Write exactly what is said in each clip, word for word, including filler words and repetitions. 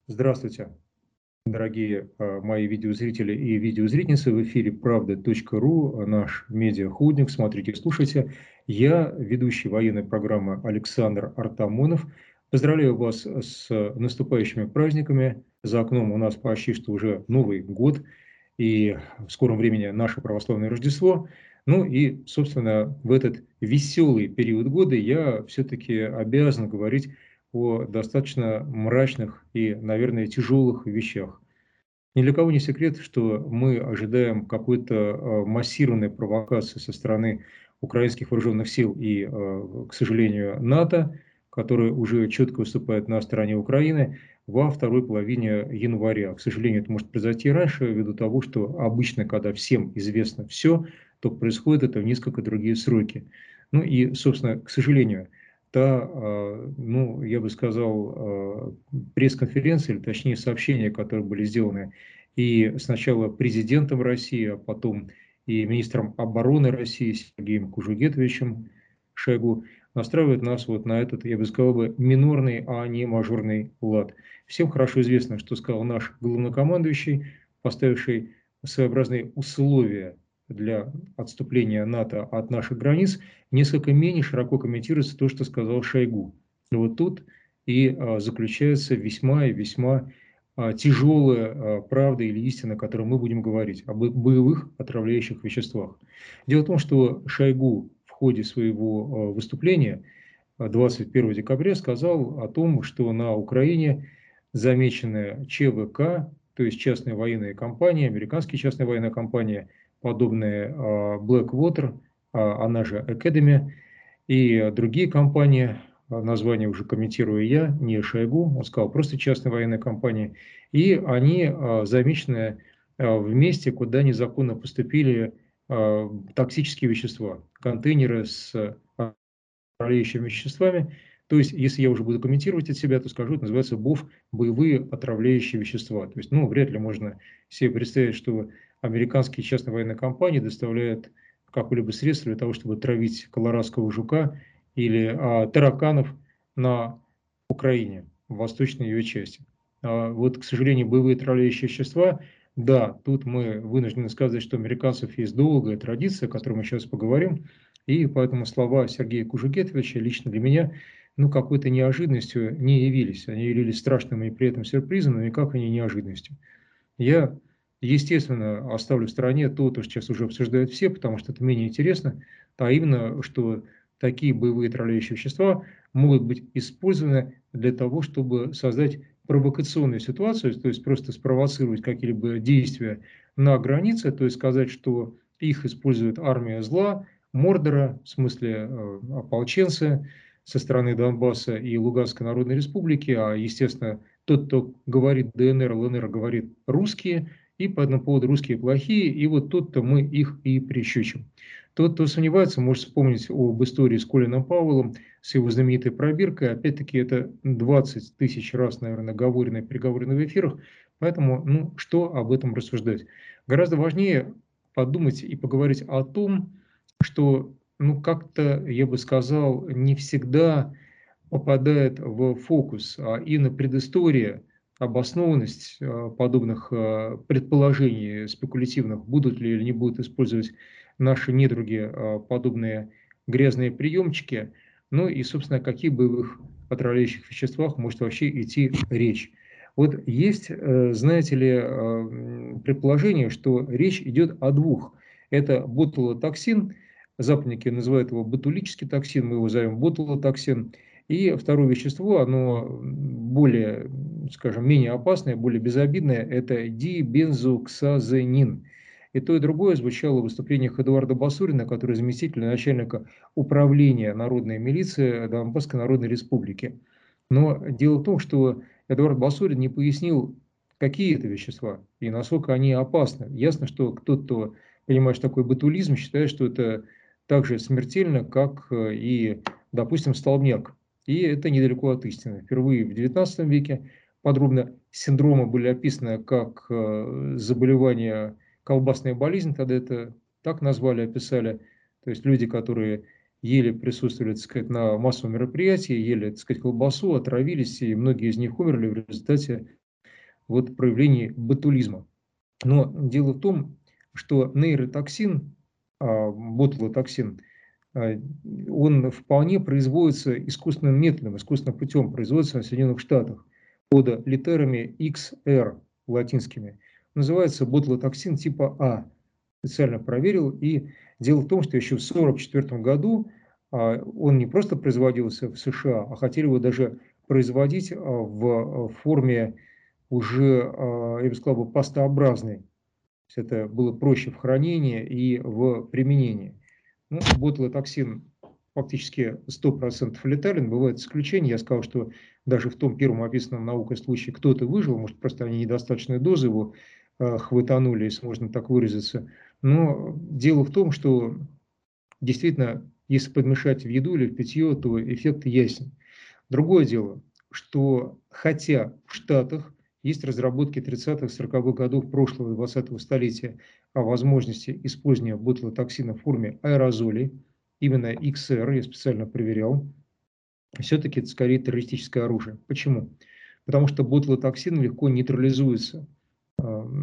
Здравствуйте, дорогие э, мои видеозрители и видеозрительницы. В эфире правда точка ру, наш медиахудник. Смотрите, слушайте. Я, ведущий военной программы Александр Артамонов. Поздравляю вас с наступающими праздниками. За окном у нас почти что уже Новый год и в скором времени наше православное Рождество. Ну и, собственно, в этот веселый период года я все-таки обязан говорить о достаточно мрачных и, наверное, тяжелых вещах. Ни для кого не секрет, что мы ожидаем какой-то э, массированной провокации со стороны украинских вооруженных сил и, э, к сожалению, НАТО, которые уже четко выступают на стороне Украины во второй половине января. К сожалению, это может произойти раньше, ввиду того, что обычно, когда всем известно все, то происходит это в несколько другие сроки. Ну и, собственно, к сожалению, та, э, ну, я бы сказал, э, пресс-конференция, или точнее сообщения, которые были сделаны и сначала президентом России, а потом и министром обороны России Сергеем Кужугетовичем Шойгу, настраивает нас вот на этот, я бы сказал, бы, минорный, а не мажорный лад. Всем хорошо известно, что сказал наш главнокомандующий, поставивший своеобразные условия для отступления НАТО от наших границ, несколько менее широко комментируется то, что сказал Шойгу. И вот тут и а, заключается весьма и весьма а, тяжелая а, правда или истина, о которой мы будем говорить, об боевых отравляющих веществах. Дело в том, что Шойгу в ходе своего а, выступления а, двадцать первого декабря сказал о том, что на Украине замечены ЧВК, то есть частные военные компании, американские частные военные компании, подобные а, Blackwater, а, она же Academy, и другие компании, а, название уже комментирую я, не Шойгу, он сказал просто частные военные компании, и они а, замечены а, в месте, куда незаконно поступили а, токсические вещества, контейнеры с а, отравляющими веществами. То есть, если я уже буду комментировать от себя, то скажу, это называется БОВ – боевые отравляющие вещества. То есть, ну, вряд ли можно себе представить, что американские частные военные компании доставляют какое-либо средство для того, чтобы травить колорадского жука или а, тараканов на Украине, в восточной ее части. А вот, к сожалению, боевые отравляющие вещества, да, тут мы вынуждены сказать, что у американцев есть долгая традиция, о которой мы сейчас поговорим, и поэтому слова Сергея Кужугетовича лично для меня ну, какой-то неожиданностью не явились. Они явились страшным и при этом сюрпризом, но никак они неожиданностью. Я, естественно, оставлю в стороне то, то, что сейчас уже обсуждают все, потому что это менее интересно, а именно, что такие боевые отравляющие вещества могут быть использованы для того, чтобы создать провокационную ситуацию, то есть просто спровоцировать какие-либо действия на границе, то есть сказать, что их использует армия зла, Мордора, в смысле э, ополченцы со стороны Донбасса и Луганской Народной Республики, а, естественно, тот, кто говорит ДНР, ЛНР, говорит русские, и по этому поводу русские плохие, и вот тут-то мы их и прищучим. Тот, кто сомневается, может вспомнить об истории с Колином Пауэллом, с его знаменитой пробиркой. Опять-таки, это двадцать тысяч раз, наверное, говорено и переговорено в эфирах. Поэтому, ну, что об этом рассуждать? Гораздо важнее подумать и поговорить о том, что, ну, как-то, я бы сказал, не всегда попадает в фокус, а именно предыстория, обоснованность а, подобных а, предположений спекулятивных, будут ли или не будут использовать наши недруги а, подобные грязные приемчики, ну и, собственно, о каких боевых отравляющих веществах может вообще идти речь. Вот есть, э, знаете ли, э, м, предположение, что речь идет о двух. Это ботулотоксин, западники называют его ботулический токсин, мы его зовем ботулотоксин. И второе вещество, оно более, скажем, менее опасное, более безобидное, это дибензоксазенин. И то, и другое звучало в выступлениях Эдуарда Басурина, который заместитель начальника управления народной милиции Донбасской Народной Республики. Но дело в том, что Эдуард Басурин не пояснил, какие это вещества и насколько они опасны. Ясно, что кто-то, кто понимает, что такое ботулизм, считает, что это так же смертельно, как э, и, допустим, столбняк. И это недалеко от истины. Впервые в девятнадцатом веке подробно синдромы были описаны как э, заболевание, колбасная болезнь, тогда это так назвали, описали. То есть люди, которые ели, присутствовали, так сказать, на массовом мероприятии, ели, так сказать, колбасу, отравились, и многие из них умерли в результате вот проявлений ботулизма. Но дело в том, что нейротоксин, а, ботулотоксин, а, он вполне производится искусственным методом, искусственным путем, производится в Соединенных Штатах под литерами икс эр латинскими. Называется ботулотоксин типа А. Специально проверил. И дело в том, что еще в тысяча девятьсот сорок четвёртом году а, он не просто производился в США, а хотели его даже производить а, в форме уже, а, я бы сказал, бы, пастообразной. То есть это было проще в хранении и в применении. Ну, ботулотоксин фактически сто процентов летален, бывают исключения. Я сказал, что даже в том первом описанном наукой случае кто-то выжил, может, просто они недостаточные дозы его э, хватанули, если можно так выразиться. Но дело в том, что действительно, если подмешать в еду или в питье, то эффект ясен. Другое дело, что хотя в Штатах есть разработки тридцатых-сороковых годов прошлого двадцатого столетия о возможности использования ботулотоксина в форме аэрозолей, именно икс эр, я специально проверял, все-таки это скорее террористическое оружие. Почему? Потому что ботулотоксин легко нейтрализуется э,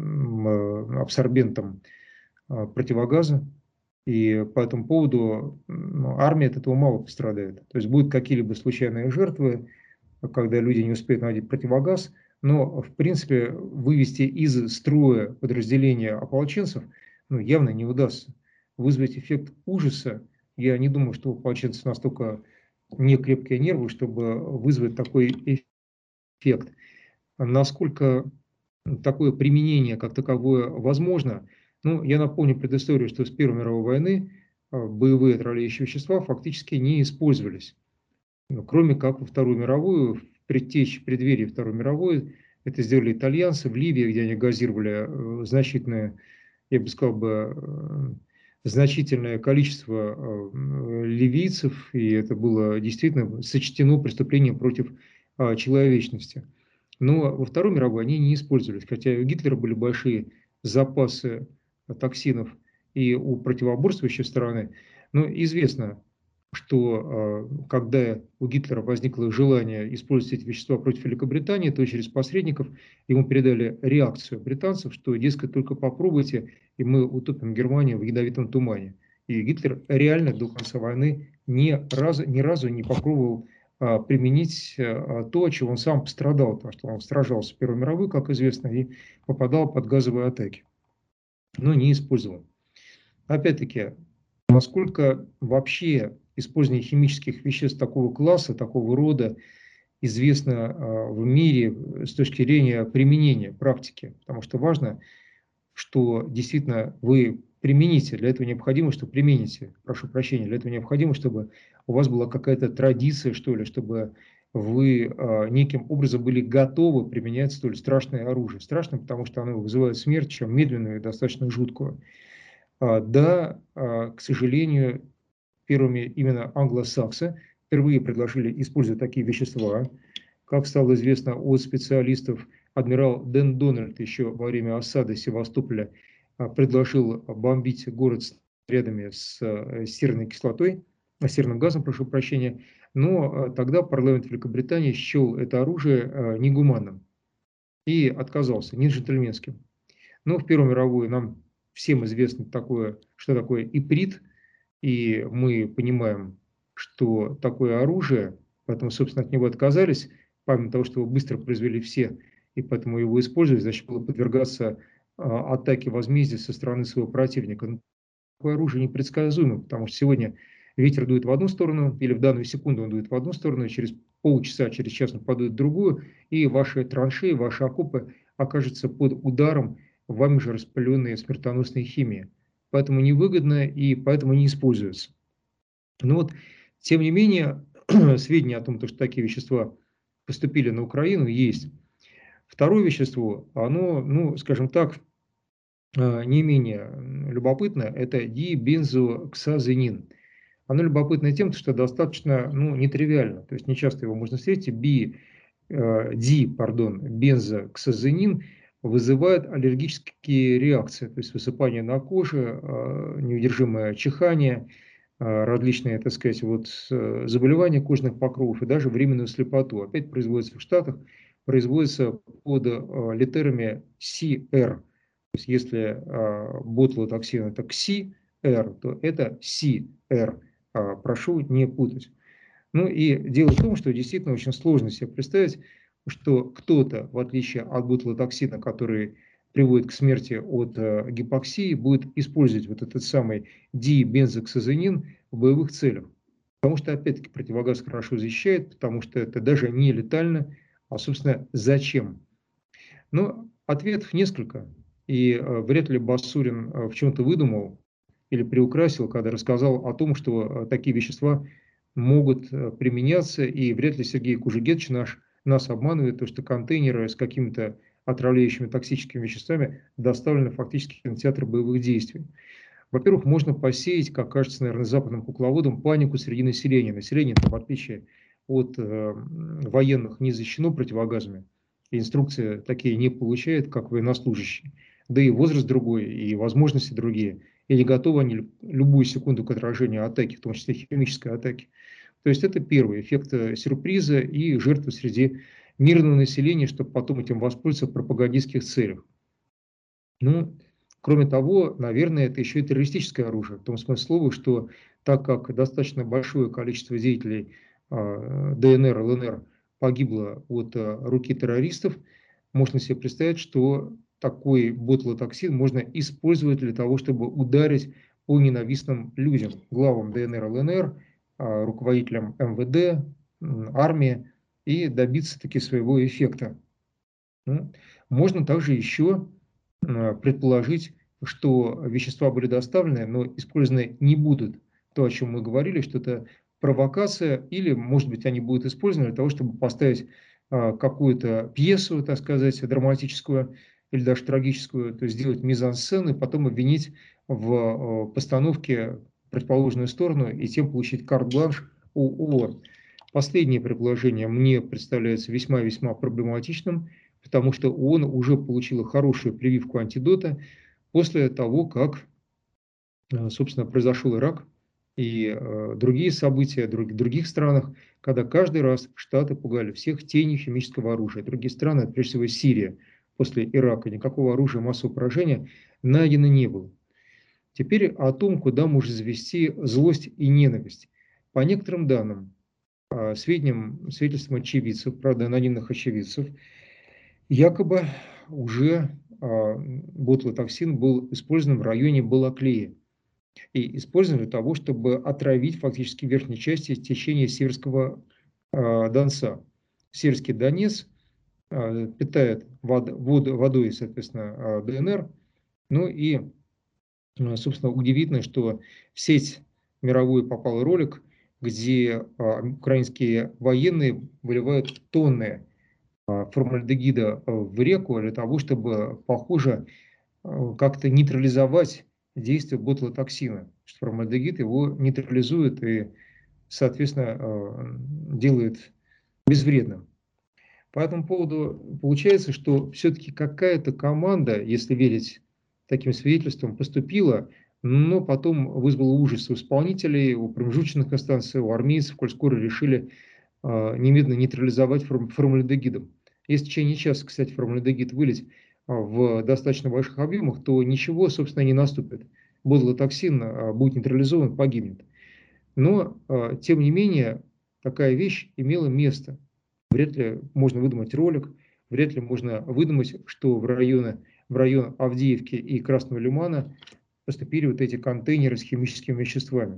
э, абсорбентом э, противогаза, и по этому поводу ну, армия от этого мало пострадает. То есть будут какие-либо случайные жертвы, когда люди не успеют надеть противогаз, но, в принципе, вывести из строя подразделения ополченцев ну, явно не удастся. Вызвать эффект ужаса, я не думаю, что у ополченцев настолько не крепкие нервы, чтобы вызвать такой эффект. Насколько такое применение как таковое возможно? Ну, я напомню предысторию, что с Первой мировой войны боевые отравляющие вещества фактически не использовались. Кроме как во Вторую мировую, в предтече, в преддверии Второй мировой, это сделали итальянцы в Ливии, где они газировали значительное, я бы сказал бы, значительное количество ливийцев, и это было действительно сочтено преступлением против человечности. Но во Второй мировой они не использовались, хотя у Гитлера были большие запасы токсинов и у противоборствующей стороны. Но известно, что когда у Гитлера возникло желание использовать эти вещества против Великобритании, то через посредников ему передали реакцию британцев, что, дескать, только попробуйте, и мы утопим Германию в ядовитом тумане. И Гитлер реально до конца войны ни разу, ни разу не попробовал а, применить а, то, от чего он сам пострадал, потому что он сражался в Первой мировой, как известно, и попадал под газовые атаки, но не использовал. Опять-таки, насколько вообще использование химических веществ такого класса, такого рода известно в мире с точки зрения применения, практики. Потому что важно, что действительно вы примените, для этого необходимо, что примените, прошу прощения, для этого необходимо, чтобы у вас была какая-то традиция, что ли, чтобы вы неким образом были готовы применять столь страшное оружие. Страшно, потому что оно вызывает смерть, чем медленную и достаточно жуткую. Да, к сожалению, первыми именно англосаксы впервые предложили использовать такие вещества. Как стало известно от специалистов, адмирал Дэн Дональд еще во время осады Севастополя предложил бомбить город снарядами с серной кислотой, серным газом, прошу прощения, но тогда парламент Великобритании счел это оружие негуманным и отказался, не джентльменским. Но в Первую мировую нам всем известно такое, что такое иприт, и мы понимаем, что такое оружие, поэтому, собственно, от него отказались, помимо того, что его быстро произвели все, и поэтому его использовали, значит, было подвергаться а, атаке возмездия со стороны своего противника. Но такое оружие непредсказуемо, потому что сегодня ветер дует в одну сторону, или в данную секунду он дует в одну сторону, и через полчаса, через час он подует в другую, и ваши траншеи, ваши окопы окажутся под ударом вами же распыленной смертоносной химии. Поэтому невыгодно и поэтому не используется. Но вот, тем не менее, сведения о том, что такие вещества поступили на Украину, есть. Второе вещество, оно, ну, скажем так, не менее любопытно, это дибензоксазенин. Оно любопытно тем, что достаточно ну, нетривиально, то есть нечасто его можно встретить. Би, э, ди, пардон, бензоксазенин вызывает аллергические реакции, то есть высыпание на коже, э, неудержимое чихание, э, различные, так сказать, вот, заболевания кожных покровов и даже временную слепоту. Опять производится в Штатах, производится под э, литерами си эр. То есть если э, ботулотоксин это кси-эр, то это си-эр. А, прошу не путать. Ну и дело в том, что действительно очень сложно себе представить, что кто-то, в отличие от ботулотоксина, который приводит к смерти от э, гипоксии, будет использовать вот этот самый дибензоксазонин в боевых целях. Потому что, опять-таки, противогаз хорошо защищает, потому что это даже не летально, а, собственно, зачем? Но ответов несколько. И э, вряд ли Басурин э, в чем-то выдумал или приукрасил, когда рассказал о том, что э, такие вещества могут э, применяться, и вряд ли Сергей Кужегетович наш, нас обманывает, то, что контейнеры с какими-то отравляющими токсическими веществами доставлены фактически в кинотеатр боевых действий. Во-первых, можно посеять, как кажется, наверное, западным кукловодам, панику среди населения. Население, в отличие от э, военных, не защищено противогазами. Инструкции такие не получает, как военнослужащие. Да и возраст другой, и возможности другие. И не готовы они любую секунду к отражению атаки, в том числе химической атаки. То есть это первый эффект э, сюрприза и жертвы среди мирного населения, чтобы потом этим воспользоваться в пропагандистских целях. Ну, кроме того, наверное, это еще и террористическое оружие, в том смысле слова, что так как достаточно большое количество деятелей а, дэ эн эр, эл эн эр погибло от а, руки террористов, можно себе представить, что такой ботулотоксин можно использовать для того, чтобы ударить по ненавистным людям, главам дэ эн эр, эл эн эр, а, руководителям эм вэ дэ, армии, и добиться таки своего эффекта. Ну, можно также еще э, предположить, что вещества были доставлены, но использованы не будут. То, о чем мы говорили, что это провокация, или, может быть, они будут использованы для того, чтобы поставить а, какую-то пьесу, так сказать, драматическую или даже трагическую, то есть сделать мизансцену и потом обвинить в э, постановке противоположную сторону и тем получить карт-бланш у ООН. Последнее предложение мне представляется весьма-весьма проблематичным, потому что ООН уже получила хорошую прививку антидота после того, как, э, собственно, произошел Ирак и э, другие события в других странах, когда каждый раз Штаты пугали всех тенью химического оружия. Другие страны, прежде всего Сирия, после Ирака никакого оружия массового поражения найдено не было. Теперь о том, куда может завести злость и ненависть. По некоторым данным, э, сведениям, свидетельствам очевидцев, правда, анонимных очевидцев, якобы уже а, ботулотоксин был использован в районе Балаклеи и использован для того, чтобы отравить фактически верхней части течения Северского а, Донца. Северский Донец а, питает вод, вод, водой, соответственно, а, дэ эн эр. Ну и, а, собственно, удивительно, что в сеть мировую попал ролик, где а, украинские военные выливают тонны формальдегида в реку для того, чтобы, похоже, как-то нейтрализовать действие ботулотоксина. Что формальдегид его нейтрализует и, соответственно, делает безвредным. По этому поводу получается, что все-таки какая-то команда, если верить таким свидетельствам, поступила, но потом вызвала ужас у исполнителей, у промежуточных инстанций, у армейцев, коль скоро решили немедленно нейтрализовать формальдегидом. Если в течение часа, кстати, формальдегид вылить в достаточно больших объемах, то ничего, собственно, не наступит. Ботулотоксин будет нейтрализован, погибнет. Но, тем не менее, такая вещь имела место. Вряд ли можно выдумать ролик, вряд ли можно выдумать, что в, районе, в район Авдеевки и Красного Лимана поступили вот эти контейнеры с химическими веществами.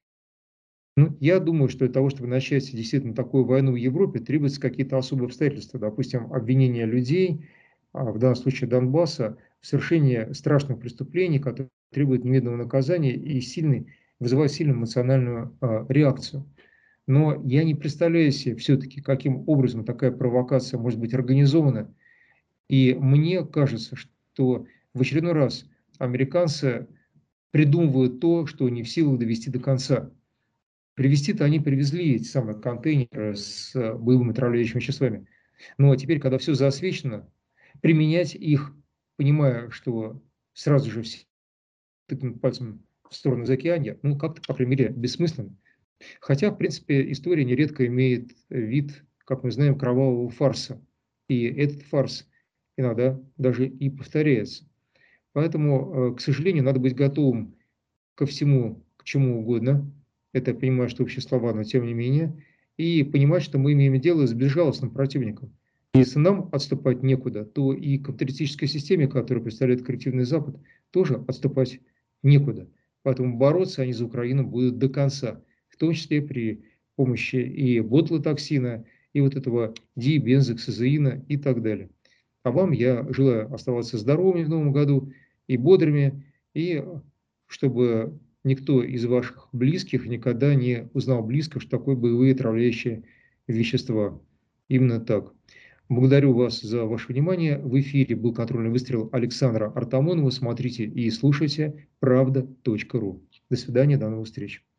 Ну, я думаю, что для того, чтобы начать действительно такую войну в Европе, требуются какие-то особые обстоятельства. Допустим, обвинение людей, в данном случае Донбасса, в совершении страшных преступлений, которые требуют немедленного наказания и сильный, вызывают сильную эмоциональную а, реакцию. Но я не представляю себе все-таки, каким образом такая провокация может быть организована. И мне кажется, что в очередной раз американцы придумывают то, что не в силах довести до конца. Привезти-то они привезли эти самые контейнеры с боевыми отравляющими веществами. Ну а теперь, когда все засвечено, применять их, понимая, что сразу же все тыкнут пальцем в сторону заокеания, ну как-то, по крайней мере, бессмысленно. Хотя, в принципе, история нередко имеет вид, как мы знаем, кровавого фарса. И этот фарс иногда даже и повторяется. Поэтому, к сожалению, надо быть готовым ко всему, к чему угодно. Это я понимаю, что общие слова, но тем не менее. И понимать, что мы имеем дело с безжалостным противником. Если нам отступать некуда, то и к капиталистической системе, которую представляет коллективный Запад, тоже отступать некуда. Поэтому бороться они за Украину будут до конца, в том числе при помощи и ботулотоксина, и вот этого дибензоксазеина и так далее. А вам я желаю оставаться здоровыми в новом году и бодрыми, и чтобы никто из ваших близких никогда не узнал близко, что такое боевые отравляющие вещества. Именно так. Благодарю вас за ваше внимание. В эфире был контрольный выстрел Александра Артамонова. Смотрите и слушайте правда точка ру. До свидания, до новых встреч.